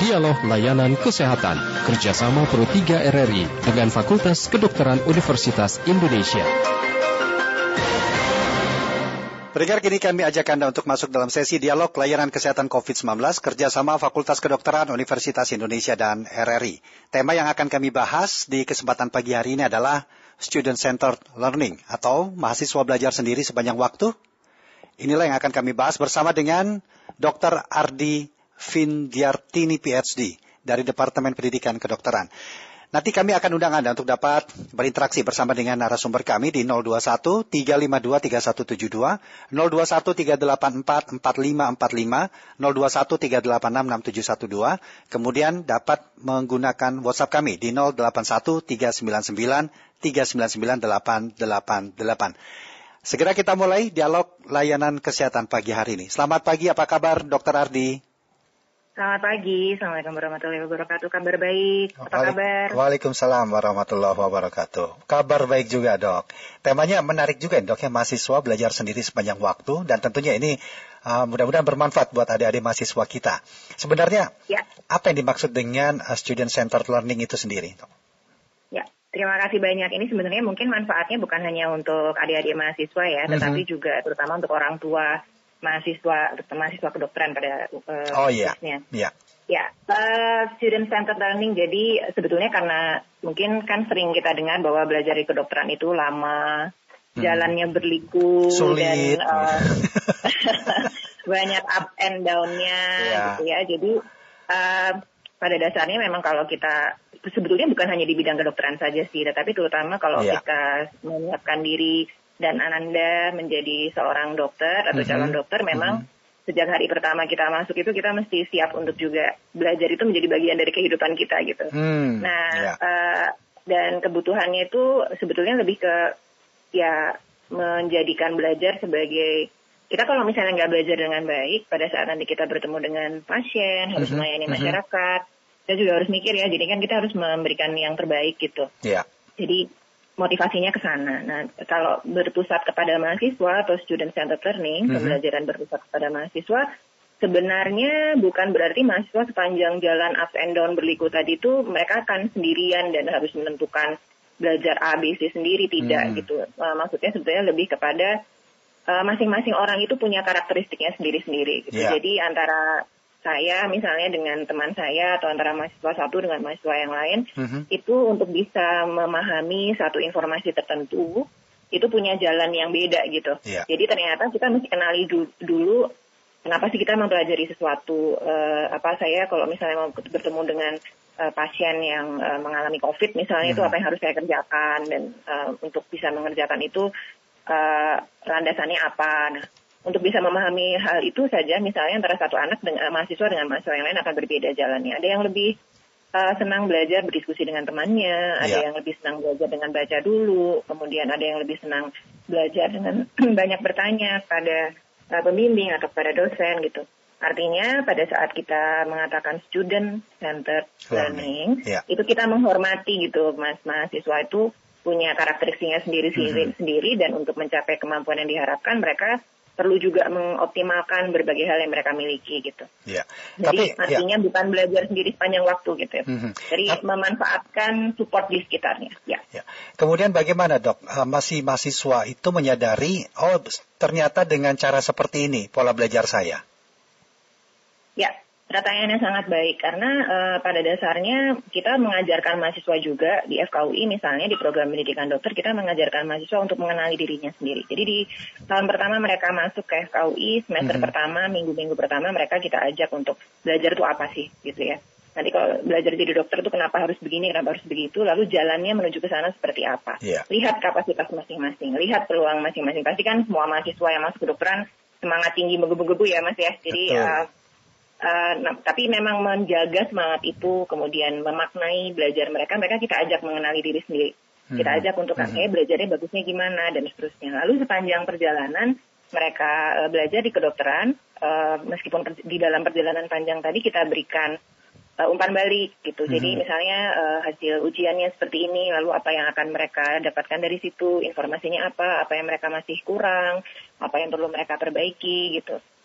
Dialog Layanan Kesehatan kerjasama Pro 3 RRI dengan Fakultas Kedokteran Universitas Indonesia. Pendengar, kini kami ajak Anda untuk masuk dalam sesi Dialog Layanan Kesehatan COVID-19 kerjasama Fakultas Kedokteran Universitas Indonesia dan RRI. Tema yang akan kami bahas di kesempatan pagi hari ini adalah Student-Centered Learning atau mahasiswa belajar sendiri sepanjang waktu. Inilah yang akan kami bahas bersama dengan Dr. Ardi Findiartini PhD dari Departemen Pendidikan Kedokteran. Nanti kami akan undang Anda untuk dapat berinteraksi bersama dengan narasumber kami di 021 352 3172, 021 384 4545, 021 386 6712. Kemudian dapat menggunakan WhatsApp kami di 081 399 399 888. Segera kita mulai dialog layanan kesehatan pagi hari ini. Selamat pagi, apa kabar Dr. Ardi? Selamat pagi, Assalamualaikum warahmatullahi wabarakatuh. Kabar baik, apa kabar? Waalaikumsalam warahmatullahi wabarakatuh. Kabar baik juga, Dok. Temanya menarik juga, Dok, ya, mahasiswa belajar sendiri sepanjang waktu, dan tentunya ini mudah-mudahan bermanfaat buat adik-adik mahasiswa kita. Sebenarnya, apa yang dimaksud dengan student-centered learning itu sendiri, Dok? Ya, terima kasih banyak. Ini sebenarnya mungkin manfaatnya bukan hanya untuk adik-adik mahasiswa ya, tetapi juga terutama untuk orang tua mahasiswa kedokteran pada khususnya. Student-centered learning, jadi sebetulnya karena mungkin kan sering kita dengar bahwa belajar di kedokteran itu lama, jalannya berliku, sulit, dan banyak up and down-nya gitu ya. Jadi pada dasarnya memang kalau kita sebetulnya bukan hanya di bidang kedokteran saja sih, tetapi terutama kalau kita menyiapkan diri dan Ananda menjadi seorang dokter atau calon dokter, memang sejak hari pertama kita masuk itu kita mesti siap untuk juga belajar itu menjadi bagian dari kehidupan kita gitu. Dan kebutuhannya itu sebetulnya lebih ke menjadikan belajar sebagai, kita kalau misalnya nggak belajar dengan baik pada saat nanti kita bertemu dengan pasien, harus melayani masyarakat, kita juga harus mikir ya, jadi kan kita harus memberikan yang terbaik gitu. Jadi motivasinya ke sana. Nah, kalau berpusat kepada mahasiswa atau student-centered learning, pembelajaran berpusat kepada mahasiswa, sebenarnya bukan berarti mahasiswa sepanjang jalan up and down berliku tadi itu mereka akan sendirian dan harus menentukan belajar A, B, C sendiri, tidak gitu. Maksudnya sebetulnya lebih kepada masing-masing orang itu punya karakteristiknya sendiri-sendiri gitu. Jadi antara saya misalnya dengan teman saya atau antara mahasiswa satu dengan mahasiswa yang lain, itu untuk bisa memahami satu informasi tertentu, itu punya jalan yang beda gitu. Jadi ternyata kita mesti kenali dulu kenapa sih kita mempelajari sesuatu. Saya kalau misalnya mau bertemu dengan pasien yang mengalami COVID misalnya, itu apa yang harus saya kerjakan, dan untuk bisa mengerjakan itu landasannya apa. Nah, untuk bisa memahami hal itu saja, misalnya antara satu anak dengan mahasiswa yang lain akan berbeda jalannya. Ada yang lebih senang belajar berdiskusi dengan temannya, ada yang lebih senang belajar dengan baca dulu, kemudian ada yang lebih senang belajar dengan banyak bertanya pada pembimbing atau pada dosen gitu. Artinya pada saat kita mengatakan student-centered learning, itu kita menghormati gitu, mahasiswa itu punya karakteristiknya sendiri, dan untuk mencapai kemampuan yang diharapkan mereka perlu juga mengoptimalkan berbagai hal yang mereka miliki gitu. Jadi artinya bukan belajar sendiri sepanjang waktu gitu ya. Jadi memanfaatkan support di sekitarnya. Kemudian bagaimana, Dok? Masih mahasiswa itu menyadari, ternyata dengan cara seperti ini pola belajar saya? Pertanyaannya sangat baik karena pada dasarnya kita mengajarkan mahasiswa juga di FKUI misalnya di program pendidikan dokter, kita mengajarkan mahasiswa untuk mengenali dirinya sendiri. Jadi di tahun pertama mereka masuk ke FKUI, semester pertama, minggu-minggu pertama mereka kita ajak untuk belajar itu apa sih gitu ya. Nanti kalau belajar jadi dokter itu kenapa harus begini, kenapa harus begitu, lalu jalannya menuju ke sana seperti apa. Lihat kapasitas masing-masing, lihat peluang masing-masing. Pasti kan semua mahasiswa yang masuk kedokteran semangat tinggi menggebu-gebu ya Mas ya. Jadi tapi memang menjaga semangat itu, kemudian memaknai belajar mereka kita ajak mengenali diri sendiri. Kita ajak untuk belajarnya bagusnya gimana dan seterusnya. Lalu sepanjang perjalanan mereka belajar di kedokteran, meskipun di dalam perjalanan panjang tadi kita berikan umpan balik gitu. Jadi misalnya hasil ujiannya seperti ini, lalu apa yang akan mereka dapatkan dari situ, informasinya apa yang mereka masih kurang, apa yang perlu mereka perbaiki gitu.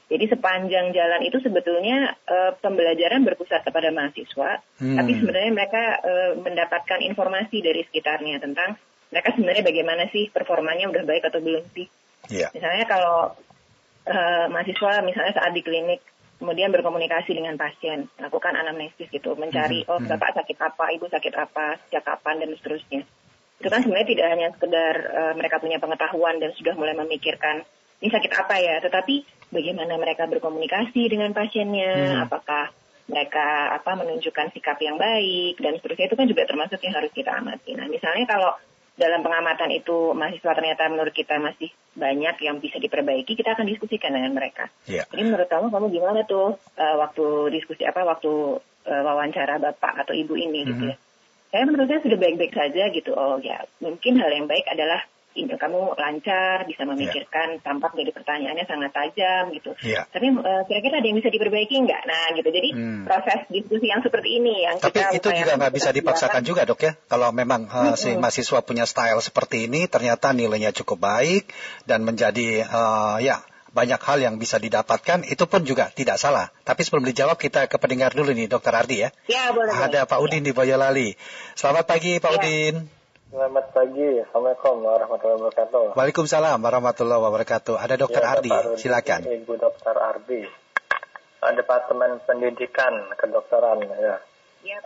Jadi sepanjang jalan itu sebetulnya pembelajaran berpusat kepada mahasiswa, tapi sebenarnya mereka mendapatkan informasi dari sekitarnya tentang mereka sebenarnya bagaimana sih performanya, udah baik atau belum sih. Yeah. Misalnya kalau mahasiswa misalnya saat di klinik kemudian berkomunikasi dengan pasien, lakukan anamnesis gitu, mencari bapak sakit apa, ibu sakit apa, sejak kapan dan seterusnya. Itu kan sebenarnya tidak hanya sekedar mereka punya pengetahuan dan sudah mulai memikirkan ini sakit apa ya, tetapi bagaimana mereka berkomunikasi dengan pasiennya, apakah mereka menunjukkan sikap yang baik dan seterusnya, itu kan juga termasuk yang harus kita amati. Nah, misalnya kalau dalam pengamatan itu mahasiswa ternyata menurut kita masih banyak yang bisa diperbaiki, kita akan diskusikan dengan mereka. Yeah. Jadi menurut kamu gimana tuh waktu diskusi waktu wawancara bapak atau ibu ini gitu ya? Saya menurut saya sudah baik-baik saja gitu. Oh ya, mungkin hal yang baik adalah kamu lancar, bisa memikirkan, tampak dari pertanyaannya sangat tajam gitu. Yeah. Tapi kira-kira ada yang bisa diperbaiki nggak? Nah gitu, jadi proses diskusi yang seperti ini yang tapi kita itu juga nggak bisa dipaksakan juga dok ya. Kalau memang si mahasiswa punya style seperti ini, ternyata nilainya cukup baik dan menjadi banyak hal yang bisa didapatkan, itu pun juga tidak salah. Tapi sebelum dijawab, kita ke pendengar dulu nih, Dr. Ardi ya. Ya, boleh. Ada Pak Udin di Boyolali. Selamat pagi, Pak Udin. Selamat pagi, Assalamualaikum warahmatullahi wabarakatuh. Waalaikumsalam warahmatullahi wabarakatuh. Ada Dr. Ardi, silakan. Ibu Dr. Ardi, Departemen Pendidikan Kedokteran ya. Ya,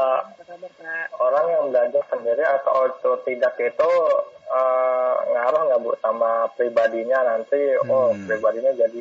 orang yang belajar sendiri atau tidak itu ngaruh nggak Bu sama pribadinya nanti? Pribadinya jadi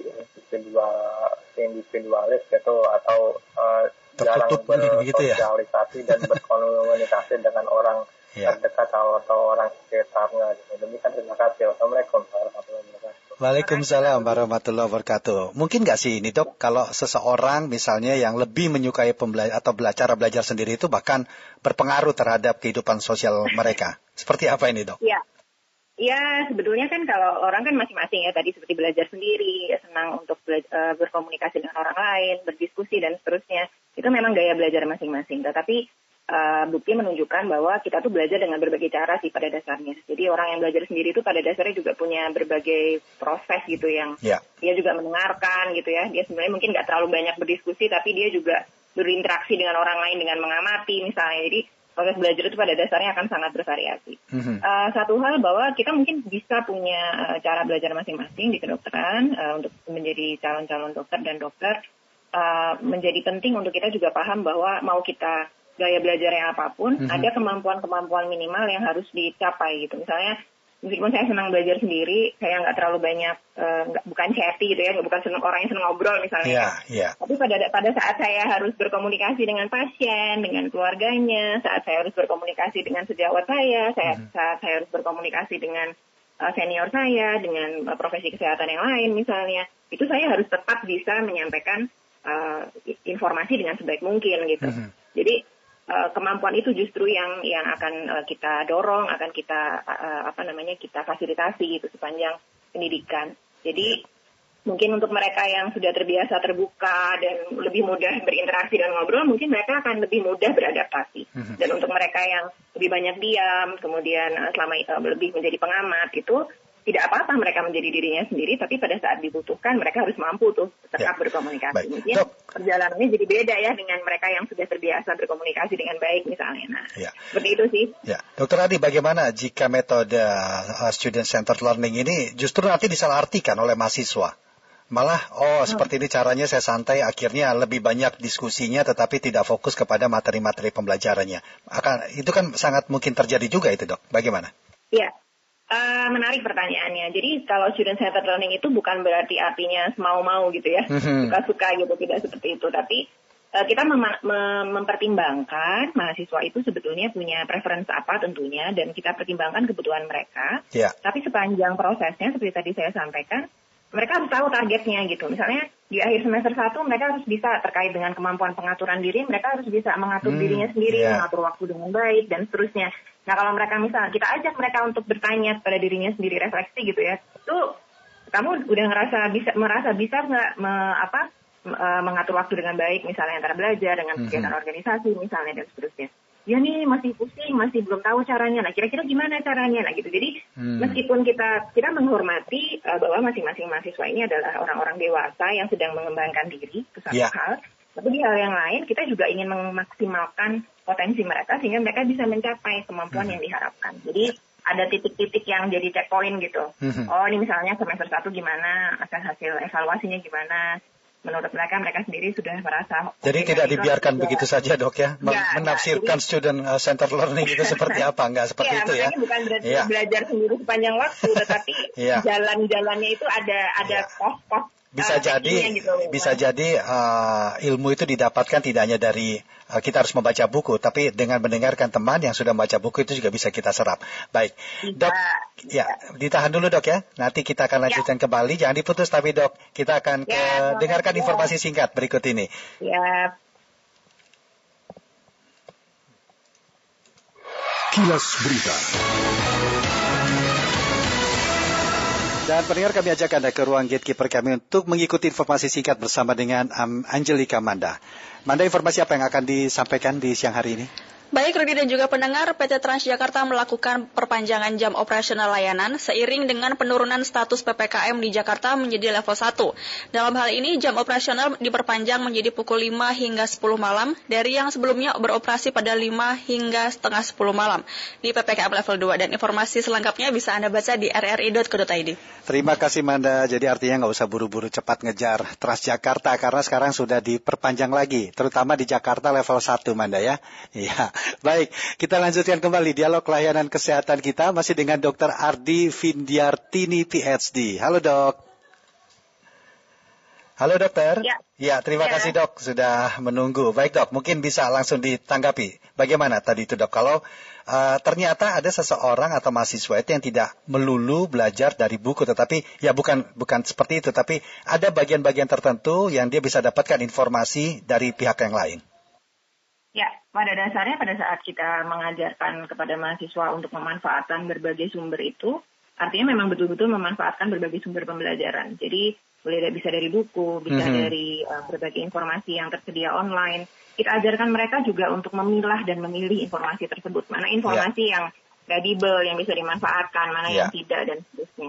individualis gitu atau jarang bersosialisasi dan berkomunikasi dengan orang terdekat atau orang sekitarnya. Demikian, terima kasih. Assalamualaikum warahmatullahi wabarakatuh. Waalaikumsalam warahmatullahi wabarakatuh. Mungkin nggak sih ini dok, kalau seseorang misalnya yang lebih menyukai cara belajar sendiri itu bahkan berpengaruh terhadap kehidupan sosial mereka. Seperti apa ini dok? Ya, sebetulnya kan kalau orang kan masing-masing ya, tadi seperti belajar sendiri, ya senang untuk berkomunikasi dengan orang lain, berdiskusi dan seterusnya. Itu memang gaya belajar masing-masing. Tetapi bukti menunjukkan bahwa kita tuh belajar dengan berbagai cara sih pada dasarnya. Jadi orang yang belajar sendiri itu pada dasarnya juga punya berbagai proses gitu yang dia juga mendengarkan gitu ya. Dia sebenarnya mungkin nggak terlalu banyak berdiskusi, tapi dia juga berinteraksi dengan orang lain dengan mengamati misalnya. Jadi proses belajar itu pada dasarnya akan sangat bervariasi. Satu hal bahwa kita mungkin bisa punya cara belajar masing-masing di kedokteran untuk menjadi calon-calon dokter dan dokter. Menjadi penting untuk kita juga paham bahwa mau kita gaya belajarnya apapun, ada kemampuan-kemampuan minimal yang harus dicapai gitu. Misalnya, meskipun saya senang belajar sendiri, saya nggak terlalu banyak, bukan chatty gitu ya, bukan orang yang senang ngobrol misalnya. Tapi pada saat saya harus berkomunikasi dengan pasien, dengan keluarganya, saat saya harus berkomunikasi dengan sejawat saya, saat saya harus berkomunikasi dengan senior saya, dengan profesi kesehatan yang lain misalnya, itu saya harus tetap bisa menyampaikan informasi dengan sebaik mungkin gitu. Jadi kemampuan itu justru yang akan kita dorong, akan kita kita fasilitasi gitu sepanjang pendidikan. Jadi mungkin untuk mereka yang sudah terbiasa terbuka dan lebih mudah berinteraksi dan ngobrol, mungkin mereka akan lebih mudah beradaptasi. Dan untuk mereka yang lebih banyak diam, kemudian selama lebih menjadi pengamat, itu tidak apa-apa mereka menjadi dirinya sendiri, tapi pada saat dibutuhkan mereka harus mampu tuh tetap berkomunikasi. Mungkin perjalanannya jadi beda ya dengan mereka yang sudah terbiasa berkomunikasi dengan baik misalnya. Nah, seperti itu sih. Dr. Adi, bagaimana jika metode student-centered learning ini justru nanti disalahartikan oleh mahasiswa? Malah, seperti ini caranya saya santai, akhirnya lebih banyak diskusinya tetapi tidak fokus kepada materi-materi pembelajarannya. Itu kan sangat mungkin terjadi juga itu dok, bagaimana? Iya. Menarik pertanyaannya. Jadi kalau student-centered learning itu bukan berarti artinya mau-mau gitu ya, suka-suka gitu, tidak seperti itu. Tapi kita mempertimbangkan mahasiswa itu sebetulnya punya preference apa tentunya, dan kita pertimbangkan kebutuhan mereka. Tapi sepanjang prosesnya seperti tadi saya sampaikan, mereka harus tahu targetnya gitu. Misalnya di akhir semester 1 mereka harus bisa terkait dengan kemampuan pengaturan diri, mereka harus bisa mengatur dirinya sendiri, mengatur waktu dengan baik dan seterusnya. Nah kalau mereka misalnya kita ajak mereka untuk bertanya pada dirinya sendiri, refleksi gitu ya, itu kamu udah merasa bisa nggak mengatur waktu dengan baik misalnya antara belajar dengan kegiatan organisasi misalnya dan seterusnya. ya nih masih pusing, masih belum tahu caranya. Nah, kira-kira gimana caranya? Nah, gitu. Jadi meskipun kita menghormati bahwa masing-masing mahasiswa ini adalah orang-orang dewasa yang sedang mengembangkan diri, itu satu hal. Tapi di hal yang lain kita juga ingin memaksimalkan potensi mereka sehingga mereka bisa mencapai kemampuan yang diharapkan. Jadi ada titik-titik yang jadi checkpoint gitu. Oh, ini misalnya semester 1 gimana, hasil evaluasinya gimana. Menurut mereka sendiri sudah merasa. Jadi tidak dibiarkan begitu saja, Dok, ya? Menafsirkan student center learning itu seperti apa? Enggak seperti itu ya? Bukan berarti belajar sendiri sepanjang waktu, tetapi jalan-jalannya itu ada pos-pos. Bisa jadi ilmu itu didapatkan tidak hanya dari kita harus membaca buku, tapi dengan mendengarkan teman yang sudah membaca buku itu juga bisa kita serap. Baik, Dok, ditahan dulu, Dok, ya. Nanti kita akan lanjutkan kembali. Jangan diputus tapi, Dok, kita akan dengarkan informasi singkat berikut ini. Kilas Berita. Dan pendengar, kami ajak Anda ke ruang gatekeeper kami untuk mengikuti informasi singkat bersama dengan Angelika Manda. Manda, informasi apa yang akan disampaikan di siang hari ini? Baik, Rudi dan juga pendengar, PT Transjakarta melakukan perpanjangan jam operasional layanan seiring dengan penurunan status PPKM di Jakarta menjadi level 1. Dalam hal ini, jam operasional diperpanjang menjadi pukul 5 hingga 10 malam dari yang sebelumnya beroperasi pada 5 hingga setengah 10 malam di PPKM level 2. Dan informasi selengkapnya bisa Anda baca di rri.co.id. Terima kasih, Manda. Jadi artinya nggak usah buru-buru cepat ngejar Transjakarta karena sekarang sudah diperpanjang lagi, terutama di Jakarta level 1, Manda, ya. Iya. Baik, kita lanjutkan kembali dialog layanan kesehatan kita masih dengan Dr. Ardi Vindiartini, PhD. Halo, Dok. Halo, Dokter. Ya, terima kasih, Dok, sudah menunggu. Baik, Dok, mungkin bisa langsung ditanggapi. Bagaimana tadi itu, Dok, kalau ternyata ada seseorang atau mahasiswa itu yang tidak melulu belajar dari buku, tetapi ya bukan seperti itu, tapi ada bagian-bagian tertentu yang dia bisa dapatkan informasi dari pihak yang lain. Ya, pada dasarnya pada saat kita mengajarkan kepada mahasiswa untuk memanfaatkan berbagai sumber itu, artinya memang betul-betul memanfaatkan berbagai sumber pembelajaran. Jadi bisa dari buku, bisa dari berbagai informasi yang tersedia online. Kita ajarkan mereka juga untuk memilah dan memilih informasi tersebut. Mana informasi yang kredibel, yang bisa dimanfaatkan, mana yang tidak, dan seterusnya.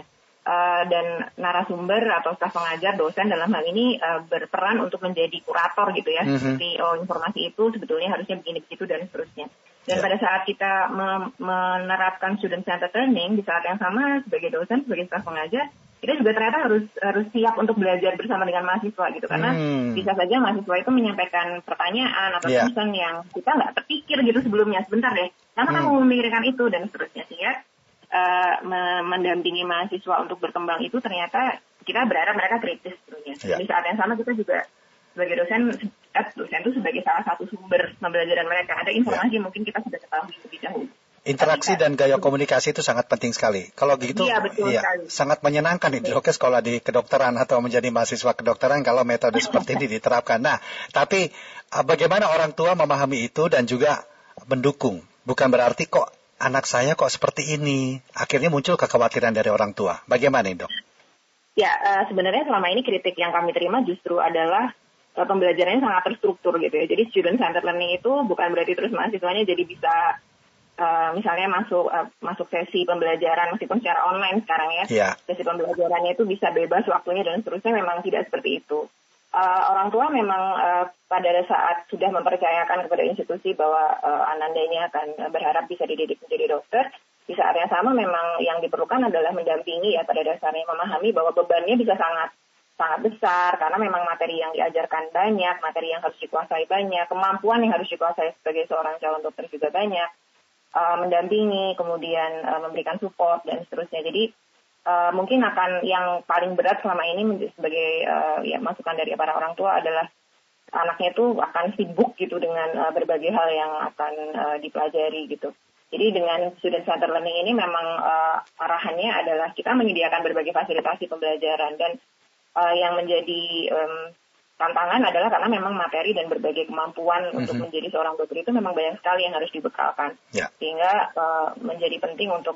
Dan narasumber atau staf pengajar, dosen dalam hal ini berperan untuk menjadi kurator gitu ya. Seperti informasi itu sebetulnya harusnya begini begitu dan seterusnya. Dan pada saat kita menerapkan student centered learning di saat yang sama sebagai dosen, sebagai staf pengajar, kita juga ternyata harus siap untuk belajar bersama dengan mahasiswa gitu. Karena bisa saja mahasiswa itu menyampaikan pertanyaan atau concern yang kita nggak terpikir gitu sebelumnya. Sebentar deh, kenapa kamu memikirkan itu dan seterusnya. Sehingga mendampingi mahasiswa untuk berkembang itu ternyata kita berharap mereka kritis tentunya. Di saat yang sama kita juga sebagai dosen itu sebagai salah satu sumber pembelajaran mereka. Ada informasi mungkin kita sudah ketahui lebih dahulu. Interaksi dan gaya komunikasi itu sangat penting sekali. Kalau gitu, sangat menyenangkan di sekolah di kedokteran atau menjadi mahasiswa kedokteran kalau metode seperti ini diterapkan. Nah, tapi bagaimana orang tua memahami itu dan juga mendukung? Bukan berarti kok anak saya kok seperti ini. Akhirnya muncul kekhawatiran dari orang tua. Bagaimana, Dok? Ya, sebenarnya selama ini kritik yang kami terima justru adalah pembelajarannya sangat terstruktur gitu ya. Jadi student centered learning itu bukan berarti terus mahasiswanya jadi bisa misalnya masuk sesi pembelajaran meskipun secara online sekarang ya. Sesi pembelajarannya itu bisa bebas waktunya dan seterusnya, memang tidak seperti itu. Orang tua memang pada saat sudah mempercayakan kepada institusi bahwa Ananda ini akan berharap bisa dididik menjadi dokter, di saat yang sama memang yang diperlukan adalah mendampingi ya, pada dasarnya memahami bahwa bebannya bisa sangat besar karena memang materi yang diajarkan banyak, materi yang harus dikuasai banyak, kemampuan yang harus dikuasai sebagai seorang calon dokter juga banyak, mendampingi, kemudian memberikan support dan seterusnya. Jadi mungkin akan yang paling berat selama ini sebagai masukan dari para orang tua adalah anaknya itu akan sibuk gitu dengan berbagai hal yang akan dipelajari gitu. Jadi dengan student centered learning ini memang arahannya adalah kita menyediakan berbagai fasilitasi pembelajaran dan yang menjadi tantangan adalah karena memang materi dan berbagai kemampuan untuk menjadi seorang dokter itu memang banyak sekali yang harus dibekalkan. Sehingga menjadi penting untuk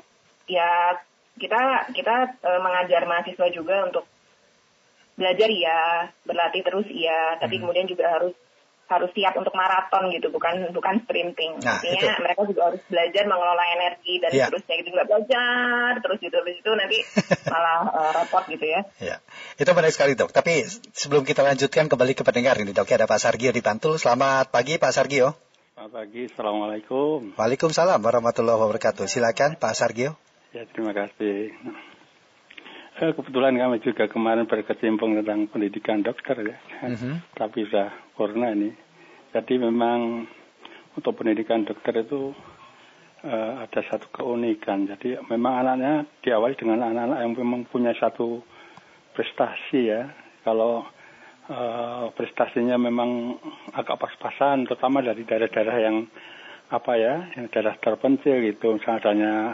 kita mengajar mahasiswa juga untuk belajar ya, berlatih terus ya, tapi kemudian juga harus harus siap untuk maraton gitu, bukan sprinting. Artinya mereka juga harus belajar mengelola energi dan seterusnya gitu, nggak belajar terus gitu, habis itu nanti malah repot gitu ya. Ya, itu menarik sekali Dok. Tapi sebelum kita lanjutkan kembali ke pendengar ini Dok, ada Pak Sargio di Bantul. Selamat pagi Pak Sargio. Selamat pagi, Assalamualaikum. Waalaikumsalam warahmatullahi wabarakatuh. Silakan Pak Sargio. Ya, terima kasih. Kebetulan kami juga kemarin berkecimpung tentang pendidikan dokter ya, tapi sudah corona ini. Jadi memang untuk pendidikan dokter itu ada satu keunikan. Jadi memang anaknya diawali dengan anak-anak yang memang punya satu prestasi ya. Kalau prestasinya memang agak pas-pasan, terutama dari daerah-daerah yang yang daerah terpencil gitu, misalnya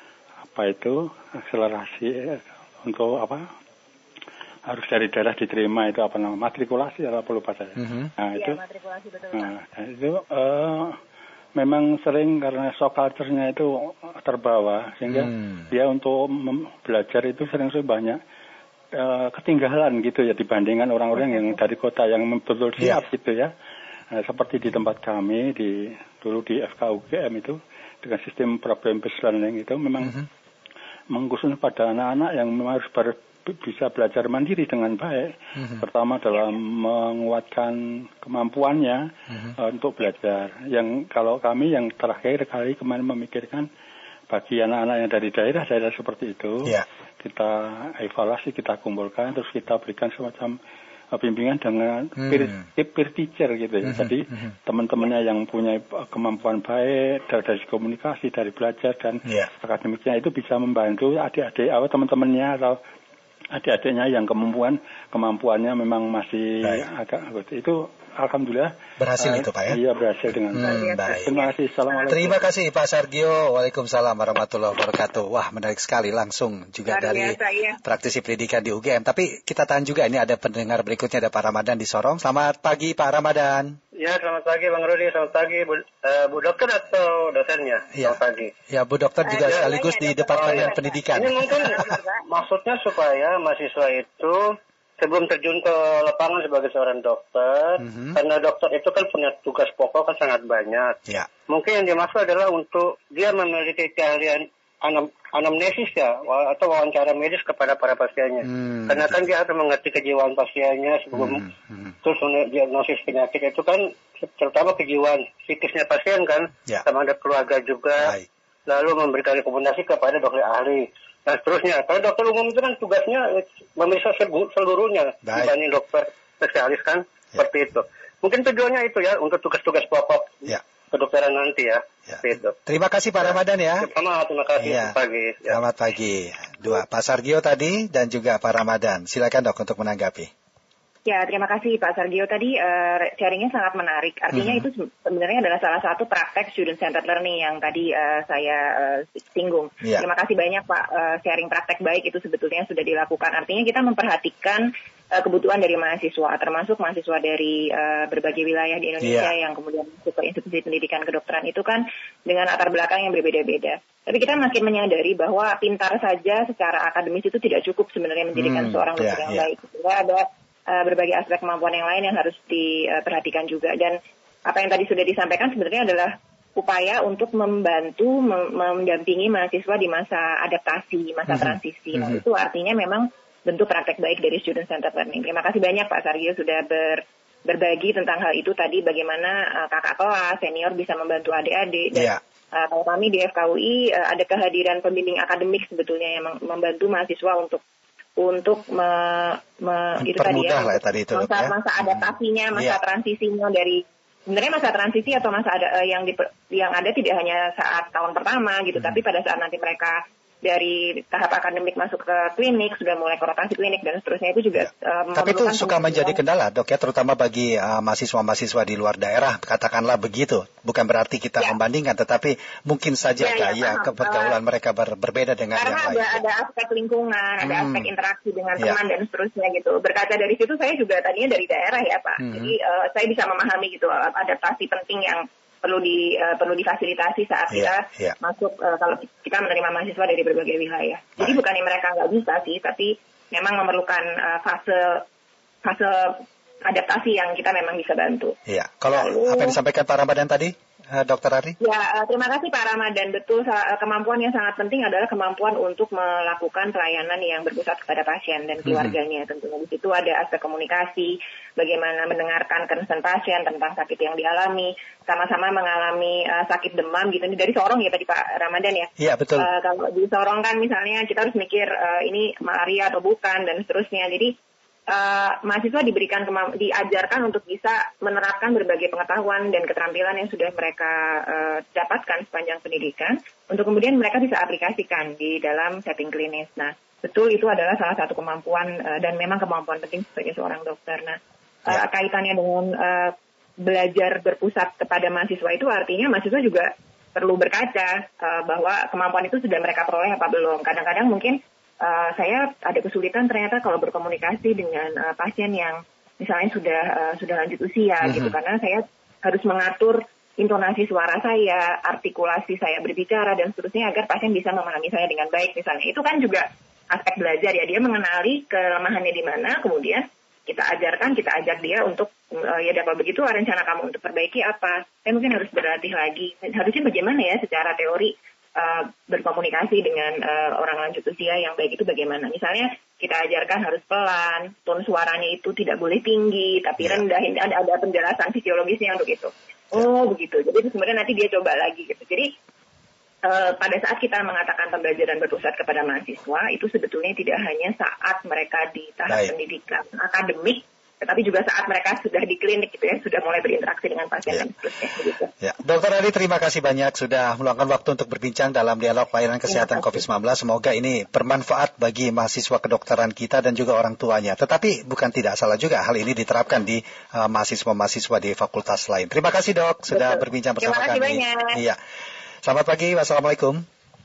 akselerasi untuk harus dari daerah diterima itu matrikulasi atau lupa saya. Nah itu, matrikulasi betul. Nah itu memang sering karena shock culture-nya itu terbawa sehingga dia untuk belajar itu sering banyak ketinggalan gitu ya dibandingkan orang-orang yang dari kota yang betul siap gitu ya. Nah, seperti di tempat kami dulu di FKUGM itu dengan sistem problem based learning itu memang mengkhusus pada anak-anak yang memang harus bisa belajar mandiri dengan baik. Pertama dalam menguatkan kemampuannya untuk belajar. Yang kalau kami yang terakhir kali kemarin memikirkan bagi anak-anak yang dari daerah seperti itu, kita evaluasi, kita kumpulkan, terus kita berikan semacam bimbingan dengan peer teacher gitu ya. Jadi teman-temannya yang punya kemampuan baik dari komunikasi, dari belajar dan akademiknya itu bisa membantu adik-adik atau teman-temannya atau adik-adiknya yang kemampuannya memang masih agak itu. Alhamdulillah berhasil itu Pak ya. Iya berhasil dengan baik. Terima kasih. Assalamualaikum. Terima kasih Pak Sargio. Waalaikumsalam warahmatullahi wabarakatuh. Wah menarik sekali langsung juga dari praktisi pendidikan di UGM. Tapi kita tahan juga ini ada pendengar berikutnya ada Pak Ramadan di Sorong. Selamat pagi Pak Ramadan. Ya selamat pagi Bang Rudi. Selamat pagi Bu Dokter atau dosennya. Selamat pagi. Ya Bu Dokter juga sekaligus di Departemen Pendidikan. Ini mungkin maksudnya supaya mahasiswa itu sebelum terjun ke lapangan sebagai seorang dokter, karena dokter itu kan punya tugas pokok kan sangat banyak. Mungkin yang dimaksud adalah untuk dia memiliki keahlian anamnesis ya, atau wawancara medis kepada para pasiennya. Karena kan dia harus mengerti kejiwaan pasiennya sebelum terus diagnosis penyakit itu kan, terutama kejiwaan psikisnya pasien kan, sama ada keluarga juga. Lalu memberikan rekomendasi kepada dokter ahli. Nah seterusnya, karena dokter umum itu kan tugasnya memeriksa seluruhnya dibanding dokter spesialis kan, seperti itu. Mungkin tujuannya itu ya, untuk tugas-tugas pokok kedokteran nanti ya. Itu. Terima kasih Pak Ramadan ya. Terima kasih. Pagi. Selamat pagi. Dua, Pak Sargio tadi dan juga Pak Ramadan. Silakan Dok untuk menanggapi. Ya, terima kasih Pak Sargio. Tadi sharingnya sangat menarik. Artinya itu sebenarnya adalah salah satu praktek student-centered learning yang tadi saya singgung. Terima kasih banyak Pak, sharing praktek baik itu sebetulnya sudah dilakukan. Artinya kita memperhatikan kebutuhan dari mahasiswa, termasuk mahasiswa dari berbagai wilayah di Indonesia yang kemudian masuk ke institusi pendidikan kedokteran itu kan dengan latar belakang yang berbeda-beda. Tapi kita makin menyadari bahwa pintar saja secara akademis itu tidak cukup sebenarnya menjadikan seorang dokter yang baik. Sehingga ada berbagai aspek kemampuan yang lain yang harus diperhatikan juga. Dan apa yang tadi sudah disampaikan sebenarnya adalah upaya untuk membantu mendampingi mahasiswa di masa adaptasi, masa transisi. Nah, itu artinya memang bentuk praktek baik dari student-centered learning. Terima kasih banyak Pak Sargio sudah berbagi tentang hal itu tadi, bagaimana kakak kelas, senior bisa membantu adik-adik. Dan kalau kami di FKUI ada kehadiran pembimbing akademik sebetulnya yang membantu mahasiswa untuk itu tadi ya, masa adaptasinya, masa transisinya dari sebenarnya masa transisi atau masa yang ada tidak hanya saat tahun pertama gitu, tapi pada saat nanti mereka dari tahap akademik masuk ke klinik, sudah mulai ke rotasi klinik dan seterusnya itu juga tapi itu suka menjadi kendala Dok ya, terutama bagi mahasiswa-mahasiswa di luar daerah, katakanlah begitu. Bukan berarti kita membandingkan, tetapi mungkin saja pergaulan mereka berbeda dengan yang lain. Karena ada aspek lingkungan, ada aspek interaksi dengan teman dan seterusnya gitu. Berkaca dari situ saya juga tadinya dari daerah ya Pak. Jadi saya bisa memahami gitu adaptasi penting yang perlu difasilitasi saat kita masuk kalau kita menerima mahasiswa dari berbagai wilayah. Jadi bukannya mereka nggak bisa sih, tapi memang memerlukan fase adaptasi yang kita memang bisa bantu. Iya. Kalau apa yang disampaikan Pak Ramadan tadi, Dr. Ari? Ya, terima kasih Pak Ramadan. Betul, kemampuan yang sangat penting adalah kemampuan untuk melakukan pelayanan yang berpusat kepada pasien dan keluarganya. Tentunya di situ ada aspek komunikasi, bagaimana mendengarkan keresahan pasien tentang sakit yang dialami, sama-sama mengalami sakit demam gitu. Ini dari Sorong ya tadi Pak Ramadan ya? Iya, betul. Kalau di Sorong kan misalnya kita harus mikir ini malaria atau bukan dan seterusnya. Jadi mahasiswa diajarkan untuk bisa menerapkan berbagai pengetahuan dan keterampilan yang sudah mereka dapatkan sepanjang pendidikan untuk kemudian mereka bisa aplikasikan di dalam setting klinis. Nah, betul itu adalah salah satu kemampuan dan memang kemampuan penting sebagai seorang dokter. Nah, kaitannya dengan belajar berpusat kepada mahasiswa itu artinya mahasiswa juga perlu berkaca bahwa kemampuan itu sudah mereka peroleh apa belum. Kadang-kadang mungkin saya ada kesulitan ternyata kalau berkomunikasi dengan pasien yang misalnya sudah lanjut usia gitu, karena saya harus mengatur intonasi suara saya, artikulasi saya berbicara dan seterusnya agar pasien bisa memahami saya dengan baik misalnya. Itu kan juga aspek belajar ya, dia mengenali kelemahannya di mana, kemudian kita ajak dia untuk ya kalau begitu rencana kamu untuk perbaiki apa? Saya mungkin harus berlatih lagi. Harusnya bagaimana ya secara teori berkomunikasi dengan orang lanjut usia yang baik itu bagaimana. Misalnya kita ajarkan harus pelan, ton suaranya itu tidak boleh tinggi, tapi rendah. Ada penjelasan fisiologisnya untuk itu. Oh begitu. Jadi kemudian nanti dia coba lagi gitu. Jadi pada saat kita mengatakan pembelajaran berpusat kepada mahasiswa, itu sebetulnya tidak hanya saat mereka di tahap pendidikan akademik, tetapi juga saat mereka sudah di klinik gitu ya, sudah mulai berinteraksi dengan pasien dan seterusnya. Gitu. Ya. Dr. Ari, terima kasih banyak sudah meluangkan waktu untuk berbincang dalam dialog layanan kesehatan COVID-19. Semoga ini bermanfaat bagi mahasiswa kedokteran kita dan juga orang tuanya. Tetapi bukan tidak salah juga hal ini diterapkan di mahasiswa-mahasiswa di fakultas lain. Terima kasih Dok sudah berbincang bersama kami. Terima kasih banyak. Iya. Selamat pagi, wassalamualaikum.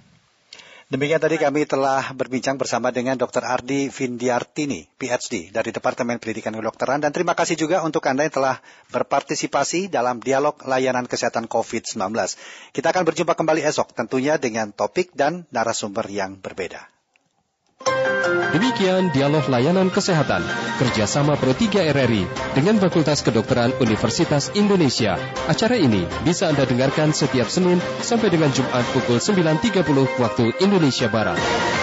Demikian tadi kami telah berbincang bersama dengan Dr. Ardi Vindiartini, PhD dari Departemen Pendidikan Kedokteran. Dan terima kasih juga untuk Anda yang telah berpartisipasi dalam dialog layanan kesehatan COVID-19. Kita akan berjumpa kembali esok tentunya dengan topik dan narasumber yang berbeda. Demikian dialog layanan kesehatan kerjasama Pro 3 RRI dengan Fakultas Kedokteran Universitas Indonesia. Acara ini bisa Anda dengarkan setiap Senin sampai dengan Jumat pukul 9.30 waktu Indonesia Barat.